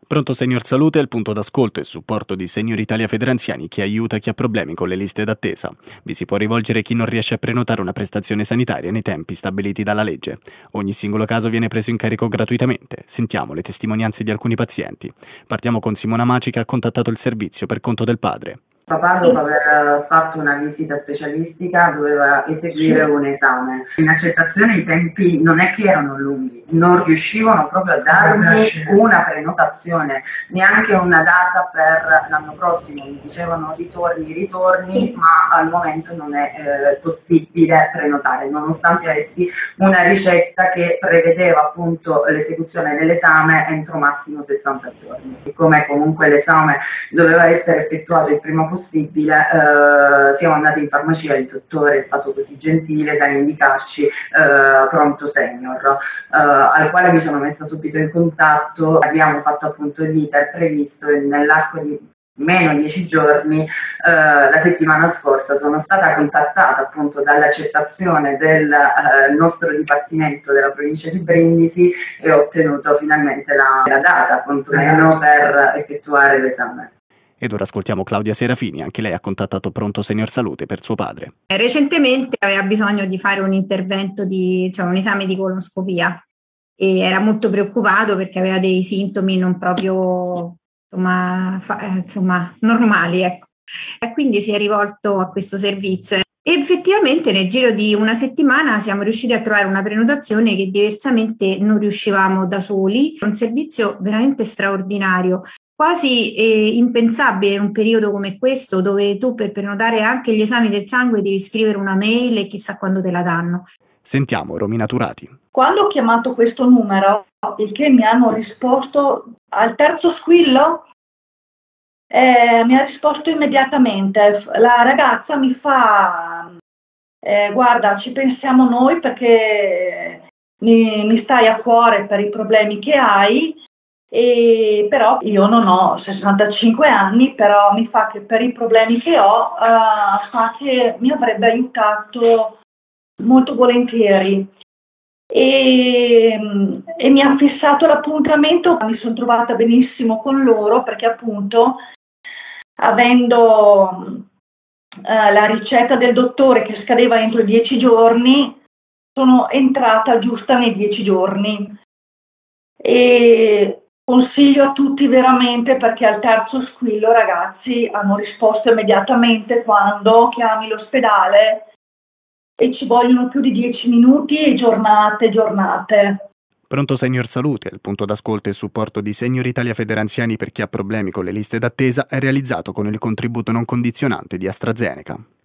Pronto Senior Salute è il punto d'ascolto e supporto di Senior Italia Federanziani che aiuta chi ha problemi con le liste d'attesa. Vi si può rivolgere chi non riesce a prenotare una prestazione sanitaria nei tempi stabiliti dalla legge. Ogni singolo caso viene preso in carico gratuitamente. Sentiamo le testimonianze di alcuni pazienti. Partiamo con Simona Maci che ha contattato il servizio per conto del padre. Papà, dopo aver fatto una visita specialistica, doveva eseguire un esame. In accettazione i tempi non è che erano lunghi, non riuscivano proprio a darmi una prenotazione, neanche una data per l'anno prossimo. Mi dicevano ritorni, ma al momento non è possibile prenotare, nonostante avessi una ricetta che prevedeva appunto l'esecuzione dell'esame entro massimo 60 giorni. Siccome comunque l'esame doveva essere effettuato il prima possibile, siamo andati in farmacia, il dottore è stato così gentile da indicarci Pronto Senior, al quale mi sono messa subito in contatto. Abbiamo fatto appunto l'iter previsto e nell'arco di meno 10 giorni, la settimana scorsa sono stata contattata appunto dall'accettazione del nostro dipartimento della provincia di Brindisi e ho ottenuto finalmente la data quantomeno per effettuare l'esame. Ed ora ascoltiamo Claudia Serafini, anche lei ha contattato Pronto Senior Salute per suo padre. Recentemente aveva bisogno di fare un intervento un esame di colonoscopia e era molto preoccupato perché aveva dei sintomi non proprio normali, ecco. E quindi si è rivolto a questo servizio. E effettivamente nel giro di una settimana siamo riusciti a trovare una prenotazione che diversamente non riuscivamo da soli. Un servizio veramente straordinario. Quasi impensabile in un periodo come questo, dove tu per prenotare anche gli esami del sangue devi scrivere una mail e chissà quando te la danno. Sentiamo Romina Turati. Quando ho chiamato questo numero, il che mi hanno risposto al terzo squillo, mi ha risposto immediatamente. La ragazza mi fa, guarda, ci pensiamo noi perché mi stai a cuore per i problemi che hai. Però io non ho 65 anni, però mi fa che per i problemi che ho, fa che mi avrebbe aiutato molto volentieri e mi ha fissato l'appuntamento. Mi sono trovata benissimo con loro perché appunto avendo la ricetta del dottore che scadeva entro 10 giorni sono entrata giusta nei 10 giorni e consiglio a tutti veramente, perché al terzo squillo ragazzi hanno risposto immediatamente quando chiami l'ospedale e ci vogliono più di 10 minuti e giornate. Pronto Senior Salute, il punto d'ascolto e supporto di Senior Italia Federanziani per chi ha problemi con le liste d'attesa, è realizzato con il contributo non condizionante di AstraZeneca.